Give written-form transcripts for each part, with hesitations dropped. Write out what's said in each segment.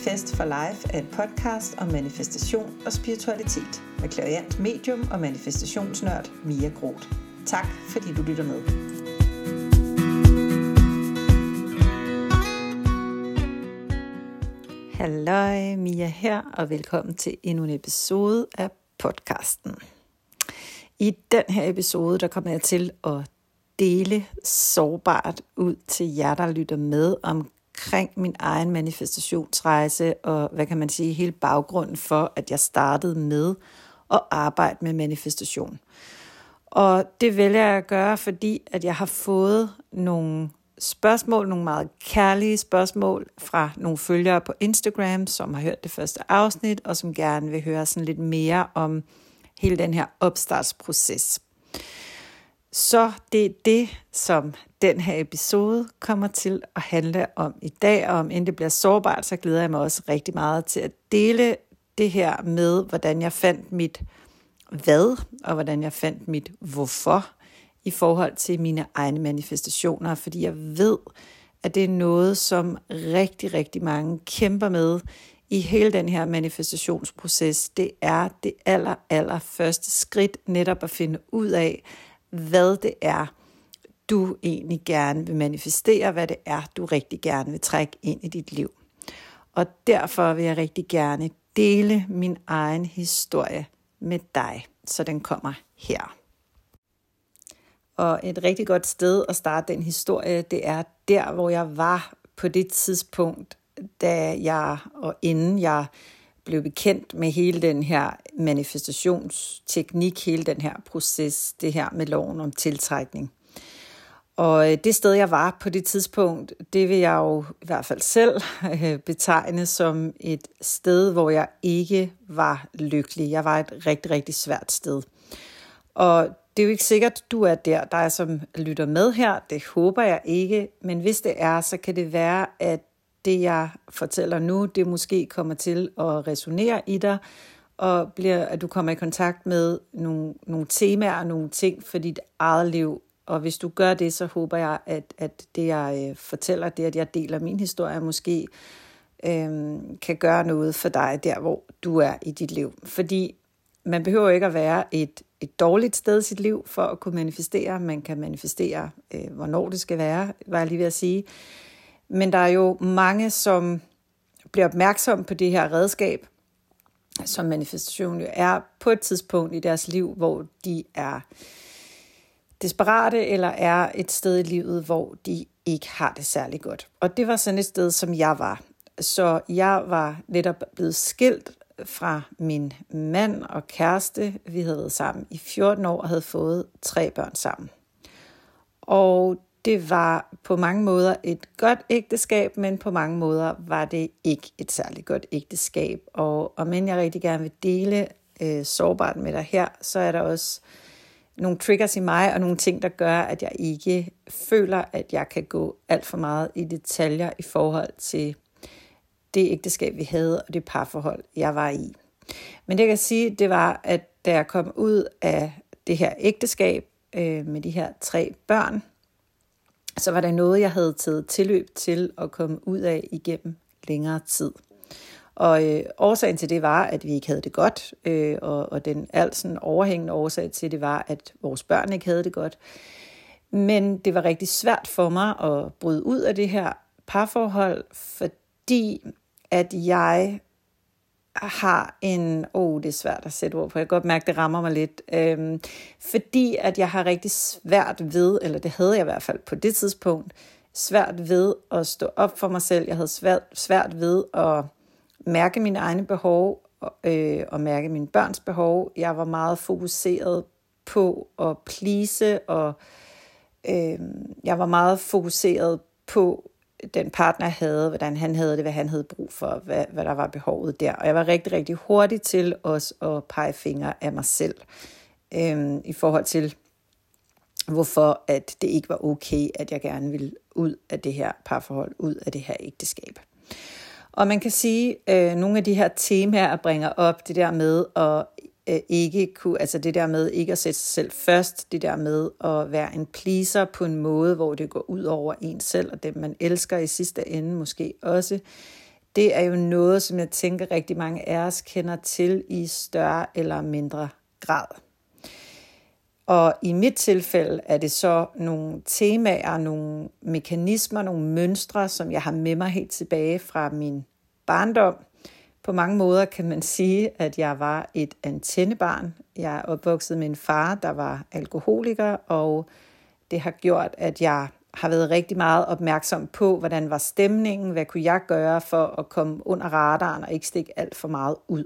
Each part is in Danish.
Manifest for Life er et podcast om manifestation og spiritualitet med clairvoyant medium og manifestationsnørd Mia Groth. Tak fordi du lytter med. Halløj, Mia her, og velkommen til endnu en episode af podcasten. I den her episode, der kommer jeg til at dele sårbart ud til jer, der lytter med omkring min egen manifestationsrejse, og hvad kan man sige, hele baggrunden for, at jeg startede med at arbejde med manifestation. Og det vælger jeg at gøre, fordi at jeg har fået nogle spørgsmål, nogle meget kærlige spørgsmål fra nogle følgere på Instagram, som har hørt det første afsnit, og som gerne vil høre sådan lidt mere om hele den her opstartsproces. Så det er det, som den her episode kommer til at handle om i dag, og om end det bliver sårbart, så glæder jeg mig også rigtig meget til at dele det her med, hvordan jeg fandt mit hvad, og hvordan jeg fandt mit hvorfor i forhold til mine egne manifestationer, fordi jeg ved, at det er noget, som rigtig, rigtig mange kæmper med i hele den her manifestationsproces. Det er det aller første skridt netop at finde ud af, hvad det er, du egentlig gerne vil manifestere, hvad det er, du rigtig gerne vil trække ind i dit liv. Og derfor vil jeg rigtig gerne dele min egen historie med dig, så den kommer her. Og et rigtig godt sted at starte den historie, det er der, hvor jeg var på det tidspunkt, da jeg og inden jeg blev bekendt med hele den her manifestationsteknik, hele den her proces, det her med loven om tiltrækning. Og det sted, jeg var på det tidspunkt, det vil jeg jo i hvert fald selv betegne som et sted, hvor jeg ikke var lykkelig. Jeg var et rigtig, rigtig svært sted. Og det er jo ikke sikkert, du er der som lytter med her. Det håber jeg ikke. Men hvis det er, så kan det være, at det, jeg fortæller nu, det måske kommer til at resonere i dig, og at du kommer i kontakt med nogle temaer og nogle ting for dit eget liv. Og hvis du gør det, så håber jeg, at det, jeg fortæller, det, at jeg deler min historie, måske kan gøre noget for dig, der hvor du er i dit liv. Fordi man behøver ikke at være et dårligt sted i sit liv for at kunne manifestere. Man kan manifestere, hvornår det skal være, var jeg lige ved at sige. Men der er jo mange, som bliver opmærksomme på det her redskab, som manifestation jo er på et tidspunkt i deres liv, hvor de er desperate eller er et sted i livet, hvor de ikke har det særlig godt. Og det var sådan et sted, som jeg var. Så jeg var netop blevet skilt fra min mand og kæreste. Vi havde været sammen i 14 år og havde fået 3 børn sammen. Og det var på mange måder et godt ægteskab, men på mange måder var det ikke et særligt godt ægteskab. Og men jeg rigtig gerne vil dele sårbart med dig her, så er der også nogle triggers i mig, og nogle ting, der gør, at jeg ikke føler, at jeg kan gå alt for meget i detaljer i forhold til det ægteskab, vi havde, og det parforhold, jeg var i. Men det jeg kan sige, det var, at da jeg kom ud af det her ægteskab med de her 3 børn, så var der noget, jeg havde taget tilløb til at komme ud af igennem længere tid. Og årsagen til det var, at vi ikke havde det godt, og den alt sådan overhængende årsag til det var, at vores børn ikke havde det godt. Men det var rigtig svært for mig at bryde ud af det her parforhold, fordi at jeg har det er svært at sætte ord på, jeg kan godt mærke, det rammer mig lidt, fordi at jeg har rigtig svært ved, eller det havde jeg i hvert fald på det tidspunkt, svært ved at stå op for mig selv. Jeg havde svært ved at mærke mine egne behov og mærke mine børns behov. Jeg var meget fokuseret på at please, og jeg var meget fokuseret på den partner jeg havde, hvordan han havde det, hvad han havde brug for, hvad der var behovet der. Og jeg var rigtig, rigtig hurtig til også at pege fingre af mig selv i forhold til, hvorfor at det ikke var okay, at jeg gerne ville ud af det her parforhold, ud af det her ægteskab. Og man kan sige, nogle af de her temaer bringer op, det der med at ikke kunne, altså det der med ikke at sætte sig selv først, det der med at være en pleaser på en måde, hvor det går ud over en selv og dem, man elsker i sidste ende måske også. det er jo noget, som jeg tænker rigtig mange af os kender til i større eller mindre grad. Og i mit tilfælde er det så nogle temaer, nogle mekanismer, nogle mønstre, som jeg har med mig helt tilbage fra min barndom. På mange måder kan man sige, at jeg var et antennebarn. Jeg er opvokset med en far, der var alkoholiker, og det har gjort, at jeg har været rigtig meget opmærksom på, hvordan var stemningen, hvad kunne jeg gøre for at komme under radaren og ikke stikke alt for meget ud.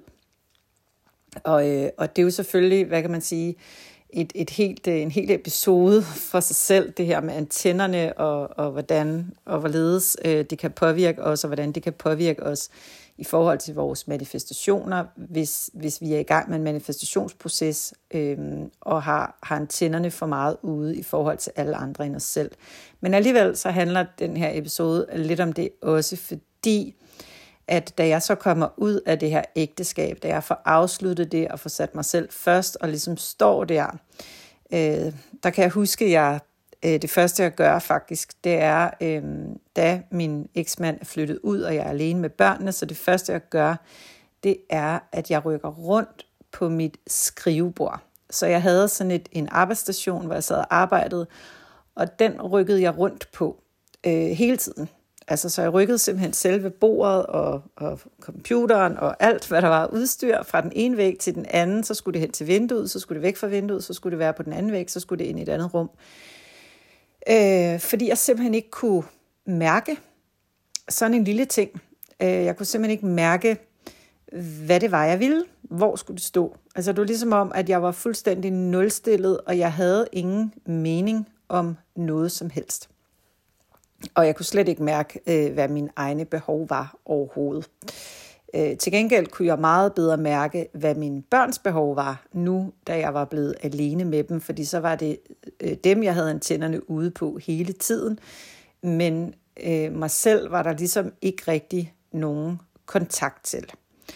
Og det er jo selvfølgelig, hvad kan man sige, en helt episode for sig selv, det her med antennerne og hvordan og hvorledes det kan påvirke os, og hvordan det kan påvirke os i forhold til vores manifestationer, hvis vi er i gang med en manifestationsproces og har antennerne for meget ude i forhold til alle andre end os selv. Men alligevel så handler den her episode lidt om det også, fordi at da jeg så kommer ud af det her ægteskab, da jeg får afsluttet det og får sat mig selv først og ligesom står der, der kan jeg huske, at det første jeg gør faktisk, det er, da min eksmand er flyttet ud, og jeg er alene med børnene, så det første jeg gør, det er, at jeg rykker rundt på mit skrivebord. Så jeg havde sådan en arbejdsstation, hvor jeg sad og arbejdede, og den rykkede jeg rundt på hele tiden. Altså, så jeg rykkede simpelthen selve bordet og computeren og alt, hvad der var udstyr fra den ene væg til den anden. Så skulle det hen til vinduet, så skulle det væk fra vinduet, så skulle det være på den anden væg, så skulle det ind i et andet rum. Fordi jeg simpelthen ikke kunne mærke sådan en lille ting. Jeg kunne simpelthen ikke mærke, hvad det var, jeg ville. Hvor skulle det stå? Altså, det var ligesom om, at jeg var fuldstændig nulstillet, og jeg havde ingen mening om noget som helst. Og jeg kunne slet ikke mærke, hvad mine egne behov var overhovedet. Til gengæld kunne jeg meget bedre mærke, hvad mine børns behov var nu, da jeg var blevet alene med dem. Fordi så var det dem, jeg havde antennerne ude på hele tiden. Men mig selv var der ligesom ikke rigtig nogen kontakt til.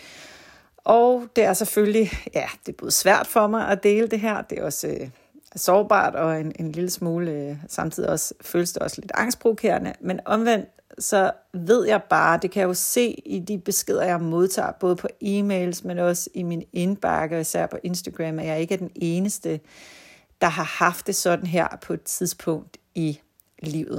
Og det er selvfølgelig, det er både svært for mig at dele det her. Det er også sårbart og en lille smule, samtidig også føles det også lidt angstprovokerende. Men omvendt, så ved jeg bare, det kan jeg jo se i de beskeder, jeg modtager, både på e-mails, men også i min indbakke, især på Instagram, at jeg ikke er den eneste, der har haft det sådan her på et tidspunkt i livet.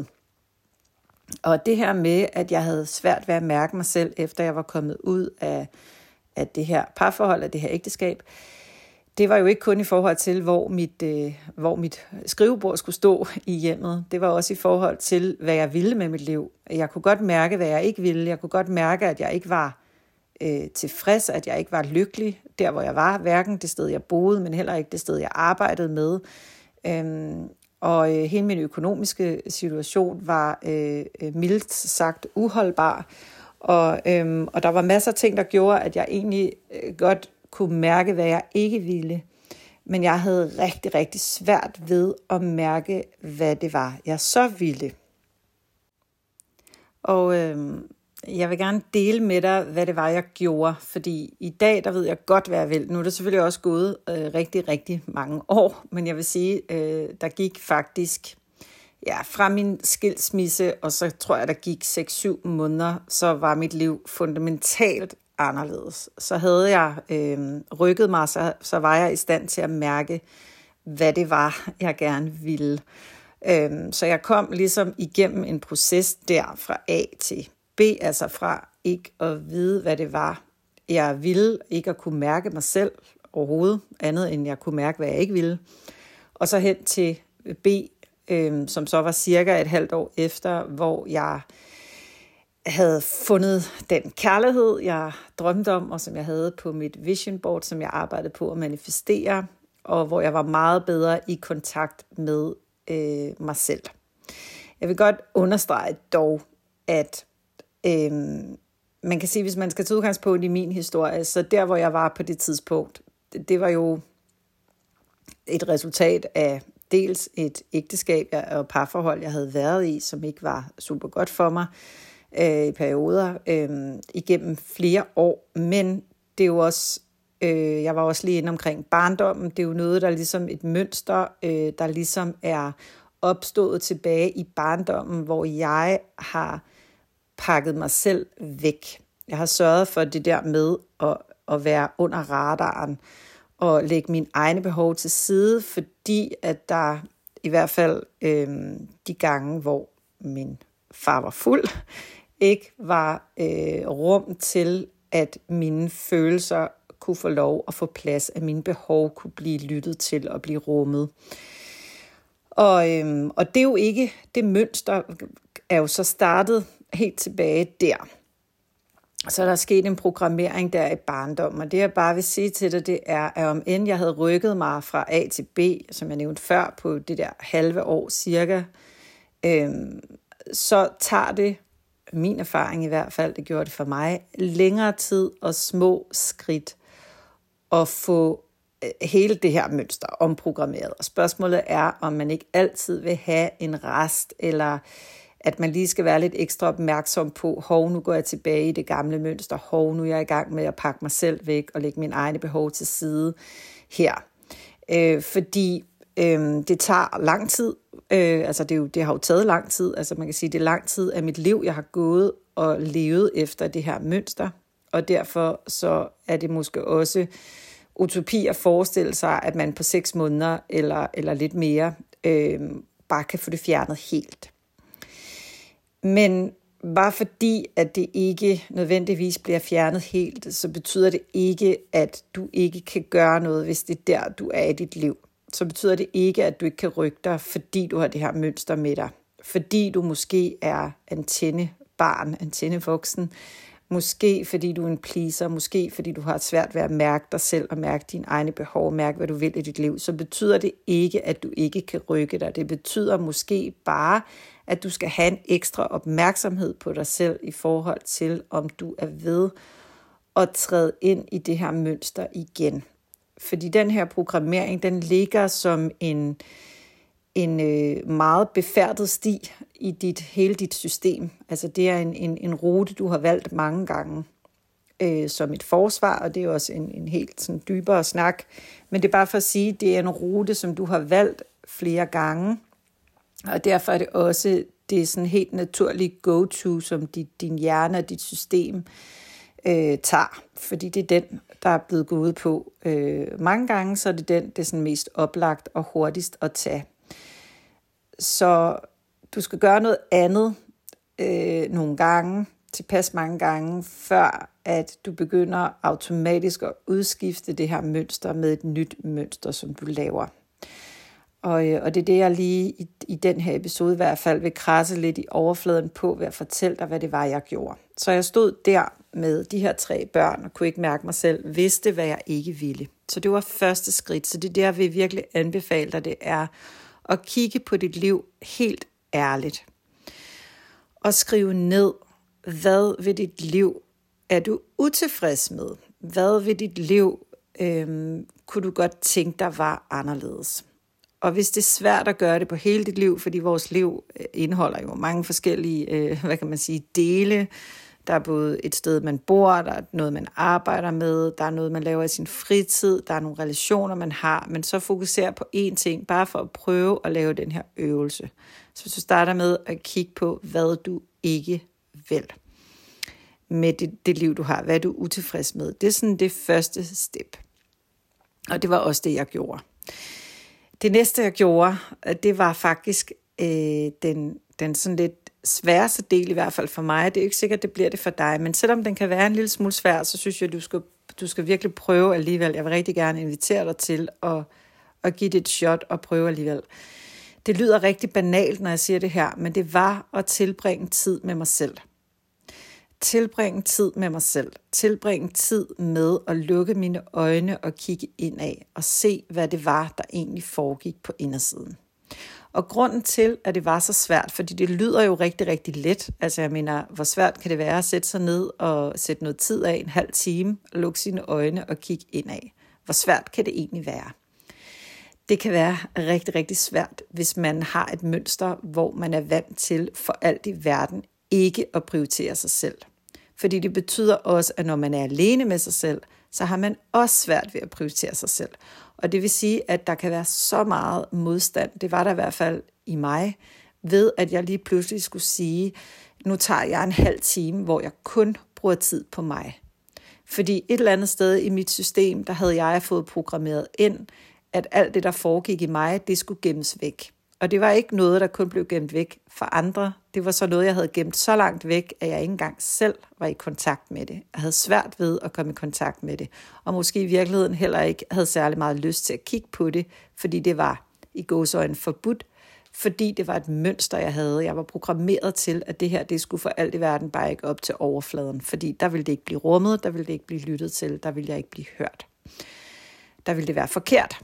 Og det her med, at jeg havde svært ved at mærke mig selv, efter jeg var kommet ud af det her parforhold, af det her ægteskab, det var jo ikke kun i forhold til, hvor mit skrivebord skulle stå i hjemmet. Det var også i forhold til, hvad jeg ville med mit liv. Jeg kunne godt mærke, hvad jeg ikke ville. Jeg kunne godt mærke, at jeg ikke var tilfreds, at jeg ikke var lykkelig der, hvor jeg var. Hverken det sted, jeg boede, men heller ikke det sted, jeg arbejdede med. Og hele min økonomiske situation var mildt sagt uholdbar. Og der var masser af ting, der gjorde, at jeg egentlig godt kunne mærke, hvad jeg ikke ville. Men jeg havde rigtig, rigtig svært ved at mærke, hvad det var, jeg så ville. Og jeg vil gerne dele med dig, hvad det var, jeg gjorde. Fordi i dag, der ved jeg godt, hvad jeg vil. Nu er det selvfølgelig også gået rigtig, rigtig mange år. Men jeg vil sige, der gik faktisk fra min skilsmisse, og så tror jeg, der gik 6-7 måneder, så var mit liv fundamentalt anderledes. Så havde jeg rykket mig, så var jeg i stand til at mærke, hvad det var, jeg gerne ville. Så jeg kom ligesom igennem en proces der fra A til B, altså fra ikke at vide, hvad det var, jeg ville, ikke at kunne mærke mig selv overhovedet, andet end jeg kunne mærke, hvad jeg ikke ville. Og så hen til B, som så var cirka et halvt år efter, hvor jeg havde fundet den kærlighed, jeg drømte om, og som jeg havde på mit vision board, som jeg arbejdede på at manifestere, og hvor jeg var meget bedre i kontakt med mig selv. Jeg vil godt understrege dog, at man kan sige, hvis man skal tage udgangspunkt i min historie, så der, hvor jeg var på det tidspunkt, det var jo et resultat af dels et ægteskab og parforhold, jeg havde været i, som ikke var super godt for mig i perioder igennem flere år. Men det er jo også, jeg var også lige inde omkring barndommen. Det er jo noget, der er ligesom et mønster, der ligesom er opstået tilbage i barndommen, hvor jeg har pakket mig selv væk. Jeg har sørget for det der med at være under radaren og lægge mine egne behov til side, fordi at der i hvert fald de gange, hvor min far var fuld, ikke var rum til, at mine følelser kunne få lov at få plads, at mine behov kunne blive lyttet til og blive rummet. Og det er jo ikke, det mønster er jo så startet helt tilbage der. Så der er sket en programmering der i barndommen, og det jeg bare vil sige til dig, det er, at om end jeg havde rykket mig fra A til B, som jeg nævnte før, på det der halve år cirka, så tager det, min erfaring i hvert fald, det gjorde det for mig, længere tid og små skridt at få hele det her mønster omprogrammeret. Og spørgsmålet er, om man ikke altid vil have en rest, eller at man lige skal være lidt ekstra opmærksom på, nu går jeg tilbage i det gamle mønster, nu er jeg i gang med at pakke mig selv væk og lægge mine egne behov til side her. Fordi det tager lang tid, det har jo taget lang tid, altså man kan sige, det er lang tid af mit liv, jeg har gået og levet efter det her mønster, og derfor så er det måske også utopi at forestille sig, at man på 6 måneder eller lidt mere bare kan få det fjernet helt. Men bare fordi, at det ikke nødvendigvis bliver fjernet helt, så betyder det ikke, at du ikke kan gøre noget, hvis det er der, du er i dit liv. Så betyder det ikke, at du ikke kan rykke dig, fordi du har det her mønster med dig. Fordi du måske er antennebarn, antennevoksen. Måske fordi du er en pleaser, måske fordi du har svært ved at mærke dig selv og mærke dine egne behov, mærke hvad du vil i dit liv. Så betyder det ikke, at du ikke kan rykke dig. Det betyder måske bare, at du skal have en ekstra opmærksomhed på dig selv i forhold til, om du er ved at træde ind i det her mønster igen. Fordi den her programmering, den ligger som en meget befærdet sti i hele dit system. Altså det er en rute, du har valgt mange gange som et forsvar, og det er også en helt sådan dybere snak. Men det er bare for at sige, at det er en rute, som du har valgt flere gange, og derfor er det også det sådan helt naturlige go-to, som din hjerne og dit system tager. Fordi det er den, der er blevet gået på mange gange, så er det den, det er sådan mest oplagt og hurtigst at tage. Så du skal gøre noget andet nogle gange, tilpas mange gange, før at du begynder automatisk at udskifte det her mønster med et nyt mønster, som du laver. Og det er det, jeg lige i den her episode i hvert fald vil krasse lidt i overfladen på, ved at fortælle dig, hvad det var, jeg gjorde. Så jeg stod der med de her 3 børn og kunne ikke mærke mig selv, vidste, hvad jeg ikke ville. Så det var første skridt. Så det der, vil virkelig anbefale dig, det er at kigge på dit liv helt ærligt. Og skrive ned, hvad ved dit liv er du utilfreds med? Hvad ved dit liv kunne du godt tænke dig var anderledes? Og hvis det er svært at gøre det på hele dit liv, fordi vores liv indeholder jo mange forskellige, dele. Der er både et sted, man bor, der er noget, man arbejder med, der er noget, man laver i sin fritid, der er nogle relationer, man har, men så fokuserer på én ting, bare for at prøve at lave den her øvelse. Så hvis du starter med at kigge på, hvad du ikke vil med det liv, du har, hvad du er utilfreds med, det er sådan det første step. Og det var også det, jeg gjorde. Det næste, jeg gjorde, det var faktisk den sådan lidt sværeste del, i hvert fald for mig. Det er ikke sikkert, det bliver det for dig, men selvom den kan være en lille smule svær, så synes jeg, du skal virkelig prøve alligevel. Jeg vil rigtig gerne invitere dig til at give det et shot og prøve alligevel. Det lyder rigtig banalt, når jeg siger det her, men det var at tilbringe tid med mig selv. Tilbringe tid med mig selv. Tilbringe tid med at lukke mine øjne og kigge indad og se, hvad det var, der egentlig foregik på indersiden. Og grunden til, at det var så svært, fordi det lyder jo rigtig, rigtig let. Altså jeg mener, hvor svært kan det være at sætte sig ned og sætte noget tid af, en halv time, lukke sine øjne og kigge indad. Hvor svært kan det egentlig være? Det kan være rigtig, rigtig svært, hvis man har et mønster, hvor man er vant til for alt i verden ikke at prioritere sig selv. Fordi det betyder også, at når man er alene med sig selv, så har man også svært ved at prioritere sig selv. Og det vil sige, at der kan være så meget modstand, det var der i hvert fald i mig, ved at jeg lige pludselig skulle sige, nu tager jeg en halv time, hvor jeg kun bruger tid på mig. Fordi et eller andet sted i mit system, der havde jeg fået programmeret ind, at alt det, der foregik i mig, det skulle gemmes væk. Og det var ikke noget, der kun blev gemt væk for andre. Det var så noget, jeg havde gemt så langt væk, at jeg ikke engang selv var i kontakt med det. Jeg havde svært ved at komme i kontakt med det. Og måske i virkeligheden heller ikke havde særlig meget lyst til at kigge på det, fordi det var i gåseøjne forbudt. Fordi det var et mønster, jeg havde. Jeg var programmeret til, at det her, det skulle for alt i verden bare ikke op til overfladen. Fordi der ville det ikke blive rummet, der ville det ikke blive lyttet til, der ville jeg ikke blive hørt. Der ville det være forkert.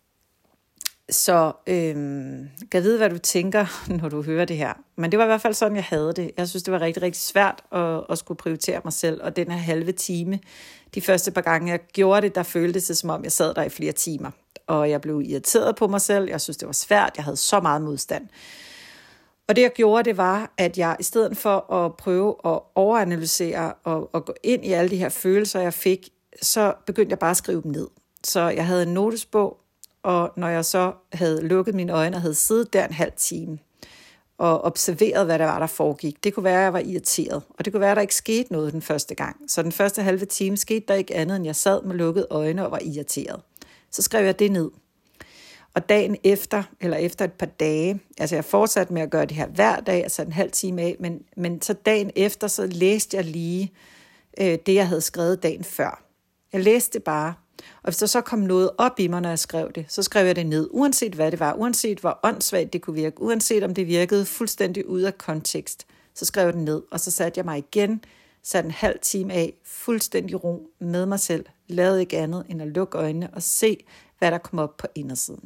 Så kan vide, hvad du tænker, når du hører det her. Men det var i hvert fald sådan, jeg havde det. Jeg synes, det var rigtig, rigtig svært at skulle prioritere mig selv. Og den her halve time, de første par gange, jeg gjorde det, der føltes det, som om jeg sad der i flere timer. Og jeg blev irriteret på mig selv. Jeg synes, det var svært. Jeg havde så meget modstand. Og det, jeg gjorde, det var, at jeg i stedet for at prøve at overanalysere og gå ind i alle de her følelser, jeg fik, så begyndte jeg bare at skrive dem ned. Så jeg havde en notesbog, og når jeg så havde lukket mine øjne og havde siddet der en halv time og observeret, hvad der var, der foregik. Det kunne være, at jeg var irriteret, og det kunne være, at der ikke skete noget den første gang. Så den første halve time skete der ikke andet, end jeg sad med lukkede øjne og var irriteret. Så skrev jeg det ned. Og dagen efter, eller efter et par dage, altså jeg fortsatte med at gøre det her hver dag, altså en halv time af, men så dagen efter, så læste jeg lige det, jeg havde skrevet dagen før. Jeg læste det bare, og hvis der så kom noget op i mig, når jeg skrev det, så skrev jeg det ned, uanset hvad det var, uanset hvor åndssvagt det kunne virke, uanset om det virkede fuldstændig ud af kontekst, så skrev jeg det ned, og så satte jeg mig igen, satte en halv time af, fuldstændig ro med mig selv, lavede ikke andet end at lukke øjnene og se, hvad der kom op på indersiden.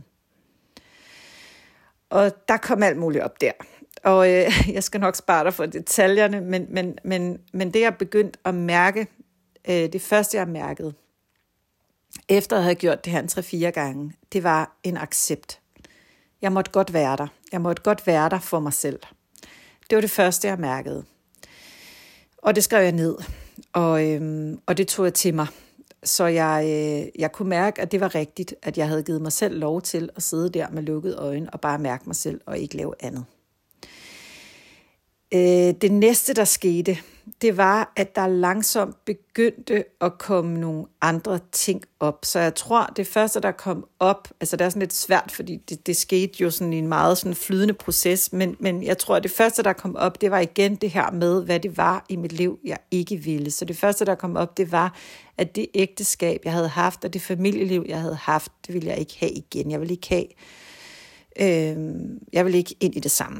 Og der kom alt muligt op der. Og jeg skal nok spare dig for detaljerne, men det jeg begyndte at mærke, det første jeg mærkede, efter at have gjort det her 3-4 gange, det var en accept. Jeg måtte godt være der. Jeg måtte godt være der for mig selv. Det var det første, jeg mærkede. Og det skrev jeg ned, og det tog jeg til mig. Så jeg kunne mærke, at det var rigtigt, at jeg havde givet mig selv lov til at sidde der med lukkede øjne og bare mærke mig selv og ikke lave andet. Det næste, der skete, det var, at der langsomt begyndte at komme nogle andre ting op. Så jeg tror, det første, der kom op, altså det er sådan lidt svært, fordi det skete jo sådan i en meget sådan flydende proces, men jeg tror, at det første, der kom op, det var igen det her med, hvad det var i mit liv, jeg ikke ville. Så det første, der kom op, det var, at det ægteskab, jeg havde haft, og det familieliv, jeg havde haft, det ville jeg ikke have igen. Jeg ville ikke ind i det samme.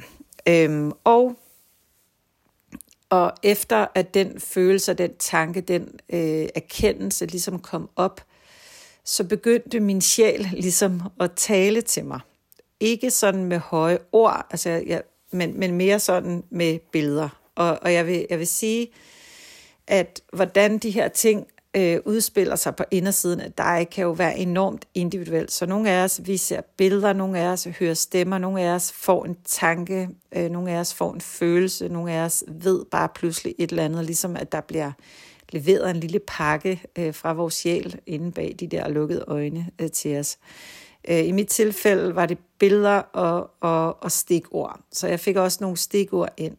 Og efter at den følelse, den tanke, den erkendelse ligesom kom op, så begyndte min sjæl ligesom at tale til mig. Ikke sådan med høje ord, altså men mere sådan med billeder. Og jeg vil sige, at hvordan de her ting udspiller sig på indersiden af dig, kan jo være enormt individuelt. Så nogle af os, vi ser billeder, nogle af os hører stemmer, nogle af os får en tanke, nogle af os får en følelse, nogle af os ved bare pludselig et eller andet, ligesom at der bliver leveret en lille pakke fra vores sjæl inde bag de der lukkede øjne til os. I mit tilfælde var det billeder og stikord, så jeg fik også nogle stikord ind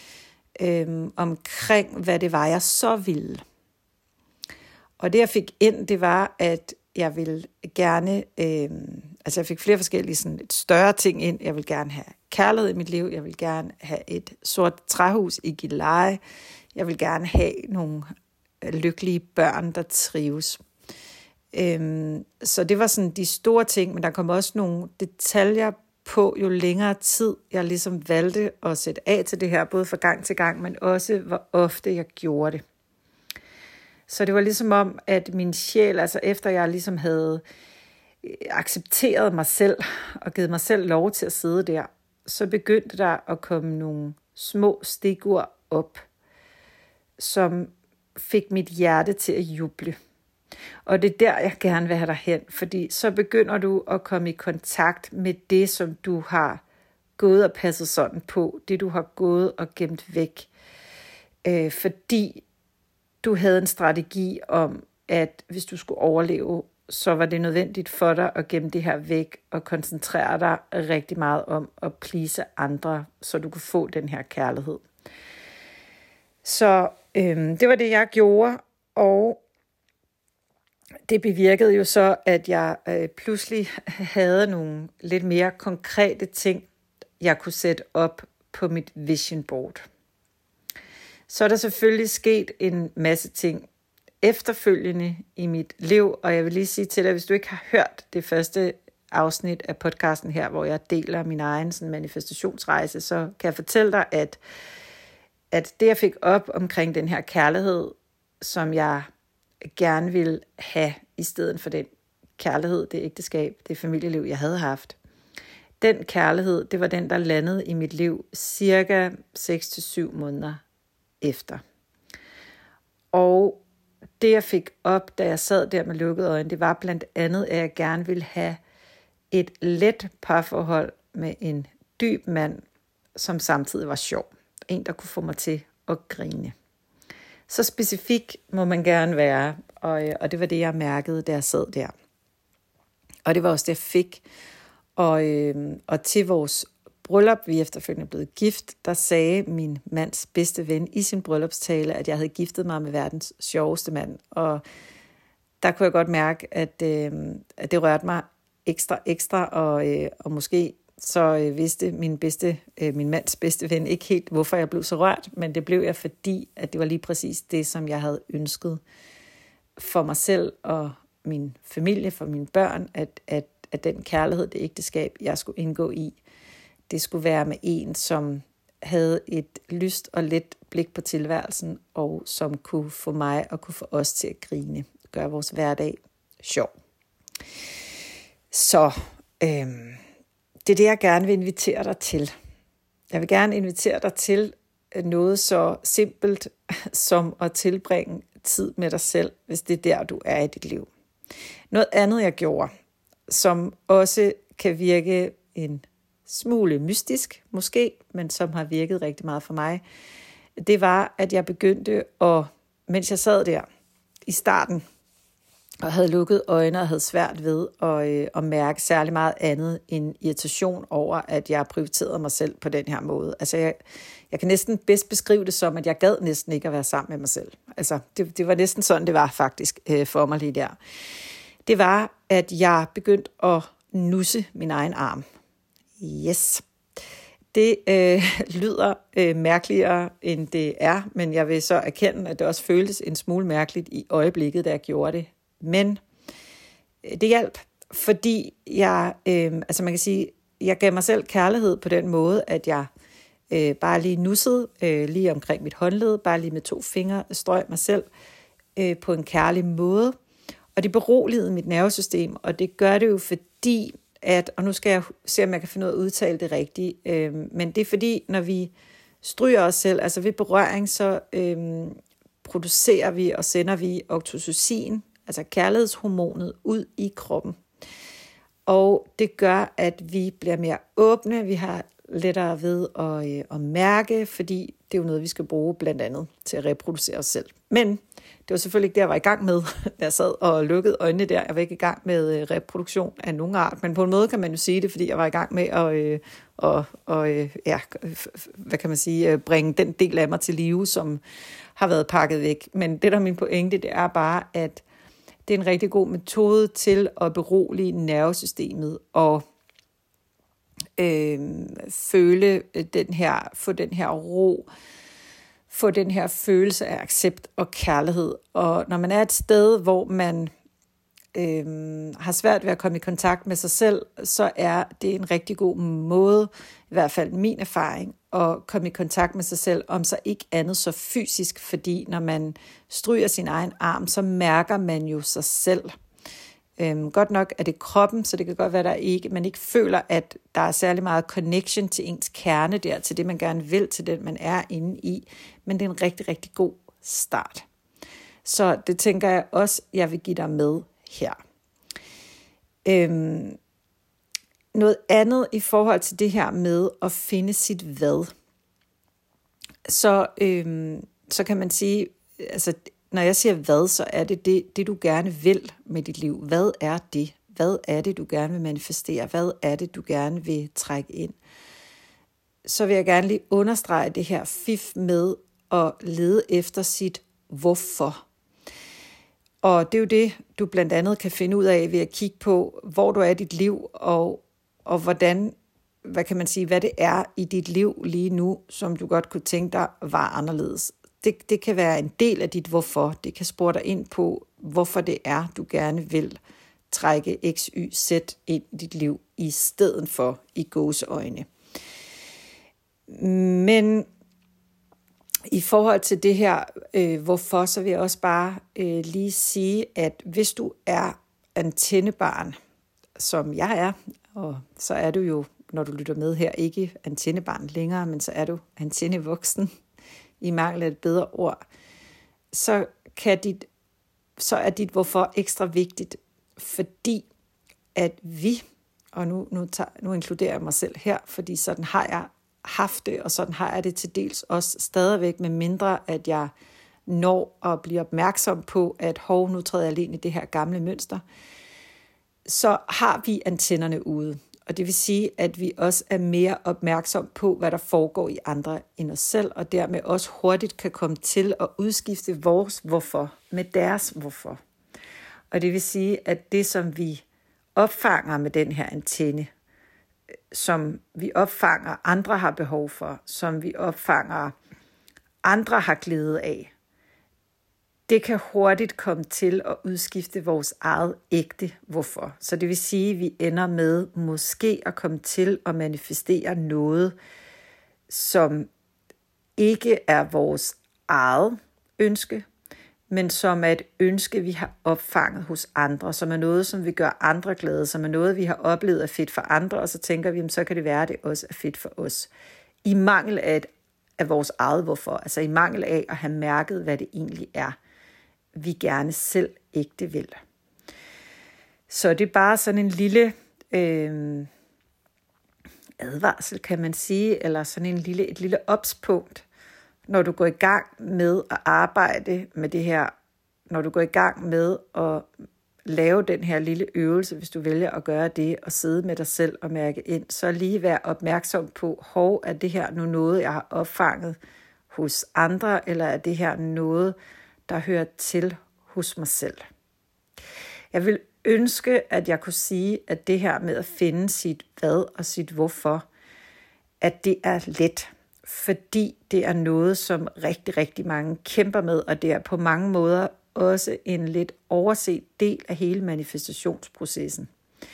omkring, hvad det var, jeg så ville. Og det, jeg fik ind, det var, at jeg ville gerne, jeg fik flere forskellige sådan lidt større ting ind. Jeg vil gerne have kærlighed i mit liv. Jeg vil gerne have et sort træhus i Gilleleje. Jeg vil gerne have nogle lykkelige børn, der trives. Så det var sådan de store ting, men der kom også nogle detaljer på, jo længere tid jeg ligesom valgte at sætte af til det her, både fra gang til gang, men også hvor ofte jeg gjorde det. Så det var ligesom om, at min sjæl, altså efter jeg ligesom havde accepteret mig selv og givet mig selv lov til at sidde der, så begyndte der at komme nogle små stikord op, som fik mit hjerte til at juble. Og det er der, jeg gerne vil have dig hen, fordi så begynder du at komme i kontakt med det, som du har gået og passet sådan på, det du har gået og gemt væk, fordi du havde en strategi om, at hvis du skulle overleve, så var det nødvendigt for dig at gemme det her væk og koncentrere dig rigtig meget om at please andre, så du kunne få den her kærlighed. Så Det var det, jeg gjorde, og det bevirkede jo så, at jeg pludselig havde nogle lidt mere konkrete ting, jeg kunne sætte op på mit vision board. Så er der selvfølgelig sket en masse ting efterfølgende i mit liv, og jeg vil lige sige til dig, hvis du ikke har hørt det første afsnit af podcasten her, hvor jeg deler min egen sådan manifestationsrejse, så kan jeg fortælle dig, at det jeg fik op omkring den her kærlighed, som jeg gerne ville have i stedet for den kærlighed, det ægteskab, det familieliv, jeg havde haft. Den kærlighed, det var den, der landede i mit liv cirka 6-7 måneder efter. Og det jeg fik op, da jeg sad der med lukkede øjne, det var blandt andet, at jeg gerne ville have et let parforhold med en dyb mand, som samtidig var sjov. En, der kunne få mig til at grine. Så specifik må man gerne være, og det var det, jeg mærkede, da jeg sad der. Og det var også det, jeg fik. Og til vores bryllup, vi efterfølgende blevet gift, der sagde min mands bedste ven i sin bryllupstale, at jeg havde giftet mig med verdens sjoveste mand. Og der kunne jeg godt mærke, at det rørte mig ekstra, og måske så vidste min mands bedste ven ikke helt, hvorfor jeg blev så rørt, men det blev jeg, fordi at det var lige præcis det, som jeg havde ønsket for mig selv og min familie, for mine børn, at den kærlighed, det ægteskab, jeg skulle indgå i, det skulle være med en, som havde et lyst og let blik på tilværelsen, og som kunne få mig og kunne få os til at grine, gøre vores hverdag sjov. Så det er det, jeg gerne vil invitere dig til. Jeg vil gerne invitere dig til noget så simpelt som at tilbringe tid med dig selv, hvis det er der, du er i dit liv. Noget andet, jeg gjorde, som også kan virke en smule mystisk måske, men som har virket rigtig meget for mig, det var, at jeg begyndte mens jeg sad der i starten, og havde lukket øjne og havde svært ved at mærke særlig meget andet end irritation over, at jeg prioriterede mig selv på den her måde. Altså jeg kan næsten bedst beskrive det som, at jeg gad næsten ikke at være sammen med mig selv. Altså det var næsten sådan, det var faktisk for mig lige der. Det var, at jeg begyndte at nusse min egen arm. Yes. Det lyder mærkeligere, end det er, men jeg vil så erkende, at det også føltes en smule mærkeligt i øjeblikket, da jeg gjorde det. Men det hjalp, fordi jeg gav mig selv kærlighed på den måde, at jeg bare lige nussede lige omkring mit håndled, bare lige med 2 fingre strøg mig selv på en kærlig måde. Og det beroligede mit nervesystem, og det gør det jo fordi, og nu skal jeg se, om jeg kan finde ud af at udtale det rigtigt, men det er fordi, når vi stryger os selv, altså ved berøring, så producerer vi og sender vi oxytocin, altså kærlighedshormonet, ud i kroppen. Og det gør, at vi bliver mere åbne, vi har lettere ved at mærke, fordi det er jo noget, vi skal bruge blandt andet til at reproducere os selv. Men det var selvfølgelig ikke det, jeg var i gang med, da jeg sad og lukkede øjnene der. Jeg var ikke i gang med reproduktion af nogen art, men på en måde kan man jo sige det, fordi jeg var i gang med at bringe den del af mig til live, som har været pakket væk. Men det, der er min pointe, det er bare, at det er en rigtig god metode til at berolige nervesystemet og føle få den her ro, få den her følelse af accept og kærlighed. Og når man er et sted, hvor man har svært ved at komme i kontakt med sig selv, så er det en rigtig god måde, i hvert fald min erfaring, at komme i kontakt med sig selv, om så ikke andet så fysisk, fordi når man stryger sin egen arm, så mærker man jo sig selv. Godt nok er det kroppen, så det kan godt være, at man ikke føler, at der er særlig meget connection til ens kerne der, til det man gerne vil, til den man er inde i, men det er en rigtig, rigtig god start. Så det tænker jeg også, jeg vil give dig med her. Noget andet i forhold til det her med at finde sit hvad, så kan man sige, altså når jeg siger hvad, så er det du gerne vil med dit liv. Hvad er det? Hvad er det, du gerne vil manifestere? Hvad er det, du gerne vil trække ind? Så vil jeg gerne lige understrege det her fif med at lede efter sit hvorfor. Og det er jo det, du blandt andet kan finde ud af ved at kigge på, hvor du er i dit liv, og hvordan, hvad kan man sige, hvad det er i dit liv lige nu, som du godt kunne tænke dig var anderledes. Det kan være en del af dit hvorfor. Det kan spore dig ind på, hvorfor det er, du gerne vil trække X, Y, Z ind i dit liv, i stedet for i gåseøjne. Men i forhold til det her, hvorfor, så vil jeg også bare lige sige, at hvis du er antennebarn, som jeg er, og så er du jo, når du lytter med her, ikke antennebarn længere, men så er du antennevoksen, i mangel af et bedre ord, så er dit hvorfor ekstra vigtigt, fordi at vi, og nu inkluderer jeg mig selv her, fordi sådan har jeg haft det, og sådan har jeg det til dels også stadigvæk, med mindre at jeg når at blive opmærksom på, at nu træder jeg alene i det her gamle mønster, så har vi antennerne ude. Og det vil sige, at vi også er mere opmærksom på, hvad der foregår i andre end os selv, og dermed også hurtigt kan komme til at udskifte vores hvorfor med deres hvorfor. Og det vil sige, at det, som vi opfanger med den her antenne, som vi opfanger andre har behov for, som vi opfanger andre har glæde af, det kan hurtigt komme til at udskifte vores eget ægte hvorfor. Så det vil sige, at vi ender med måske at komme til at manifestere noget, som ikke er vores eget ønske, men som er et ønske, vi har opfanget hos andre, som er noget, som vi gør andre glade, som er noget, vi har oplevet er fedt for andre, og så tænker vi, så kan det være, at det også er fedt for os. I mangel af vores eget hvorfor, altså i mangel af at have mærket, hvad det egentlig er, vi gerne selv ægte vil. Så det er bare sådan en lille advarsel, kan man sige, eller sådan et lille obspunkt, når du går i gang med at arbejde med det her, når du går i gang med at lave den her lille øvelse, hvis du vælger at gøre det, og sidde med dig selv og mærke ind, så lige være opmærksom på, er det her nu noget, jeg har opfanget hos andre, eller er det her noget, der hører til hos mig selv. Jeg vil ønske, at jeg kunne sige, at det her med at finde sit hvad og sit hvorfor, at det er let, fordi det er noget, som rigtig, rigtig mange kæmper med, og det er på mange måder også en lidt overset del af hele manifestationsprocessen.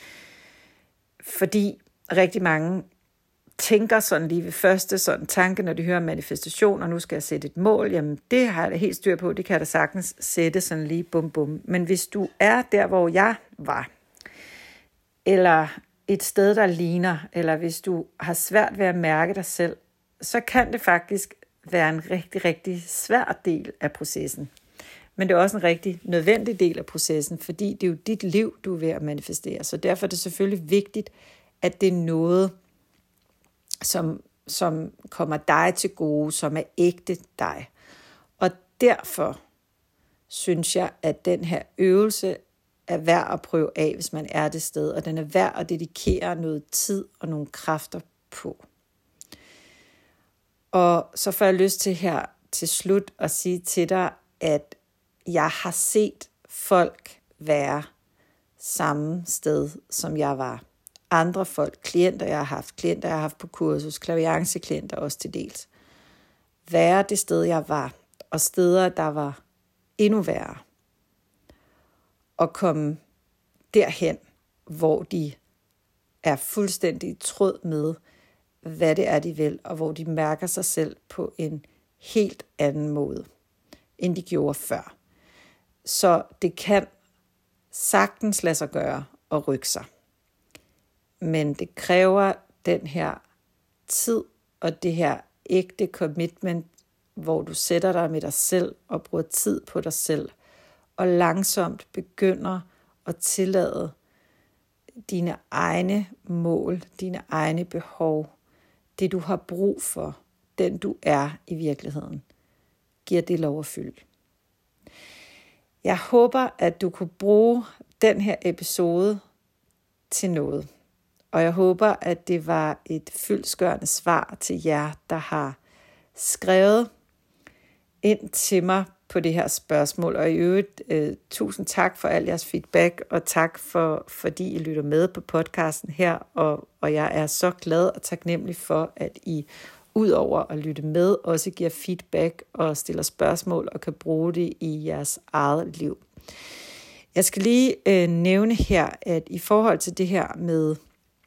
Fordi rigtig mange tænker sådan lige ved første sådan tanke, når de hører manifestation, og nu skal jeg sætte et mål, jamen det har jeg da helt styr på, det kan jeg da sagtens sætte sådan lige bum bum. Men hvis du er der, hvor jeg var, eller et sted, der ligner, eller hvis du har svært ved at mærke dig selv, så kan det faktisk være en rigtig, rigtig svær del af processen. Men det er også en rigtig nødvendig del af processen, fordi det er jo dit liv, du er ved at manifestere. Så derfor er det selvfølgelig vigtigt, at det er noget, som kommer dig til gode, som er ægte dig. Og derfor synes jeg, at den her øvelse er værd at prøve af, hvis man er det sted, og den er værd at dedikere noget tid og nogle kræfter på. Og så får jeg lyst til her til slut at sige til dig, at jeg har set folk være samme sted, som jeg var. Andre folk, klienter jeg har haft på kursus, klavianceklienter også til dels. Være det sted, jeg var, og steder, der var endnu værre. Og komme derhen, hvor de er fuldstændig i tråd med, hvad det er, de vil, og hvor de mærker sig selv på en helt anden måde, end de gjorde før. Så det kan sagtens lade sig gøre at rykke sig. Men det kræver den her tid og det her ægte commitment, hvor du sætter dig med dig selv og bruger tid på dig selv, og langsomt begynder at tillade dine egne mål, dine egne behov, det du har brug for, den du er i virkeligheden, giver det lov at fylde. Jeg håber, at du kunne bruge den her episode til noget. Og jeg håber, at det var et fyldestgørende svar til jer, der har skrevet. ind til mig på det her spørgsmål. Og i øvrigt, tusind tak for al jeres feedback, og tak fordi I lytter med på podcasten her. Og jeg er så glad og taknemmelig for, at I udover at lytte med, også giver feedback og stiller spørgsmål og kan bruge det i jeres eget liv. Jeg skal lige nævne her, at i forhold til det her med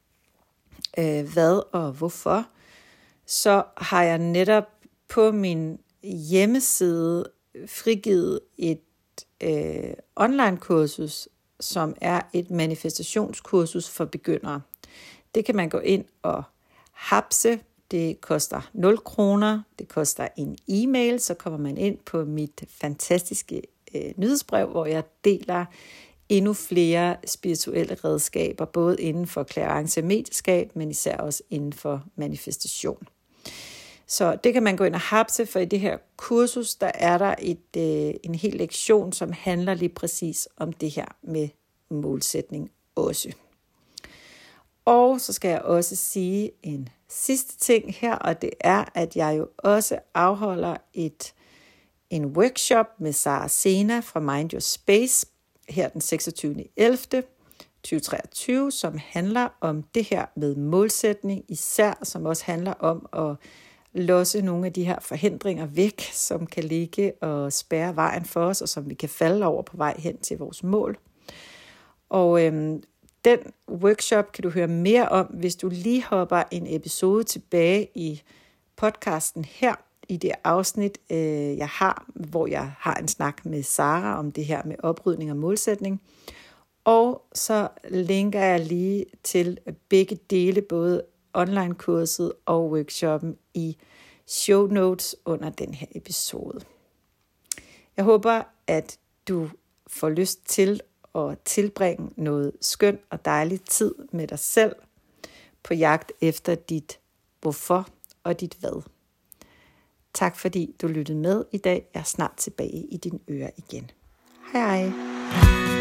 hvad og hvorfor, så har jeg netop på min hjemmeside frigivet et online-kursus, som er et manifestationskursus for begyndere. Det kan man gå ind og hapse. Det koster 0 kroner. Det koster en e-mail, så kommer man ind på mit fantastiske nyhedsbrev, hvor jeg deler endnu flere spirituelle redskaber, både inden for clairvoyance og medieskab, men især også inden for manifestation. Så det kan man gå ind og hapse, for i det her kursus, der er der en hel lektion, som handler lige præcis om det her med målsætning også. Og så skal jeg også sige en sidste ting her, og det er, at jeg jo også afholder en workshop med Sara Sena fra Mind Your Space her den 26.11.2023, som handler om det her med målsætning, især som også handler om at losse nogle af de her forhindringer væk, som kan ligge og spærre vejen for os, og som vi kan falde over på vej hen til vores mål. Og den workshop kan du høre mere om, hvis du lige hopper en episode tilbage i podcasten her, i det afsnit, jeg har, hvor jeg har en snak med Sara om det her med oprydning og målsætning. Og så linker jeg lige til begge dele, både online-kurset og workshoppen i show notes under den her episode. Jeg håber, at du får lyst til at tilbringe noget skøn og dejlig tid med dig selv på jagt efter dit hvorfor og dit hvad. Tak fordi du lyttede med i dag. Jeg er snart tilbage i dine ører igen. Hej hej.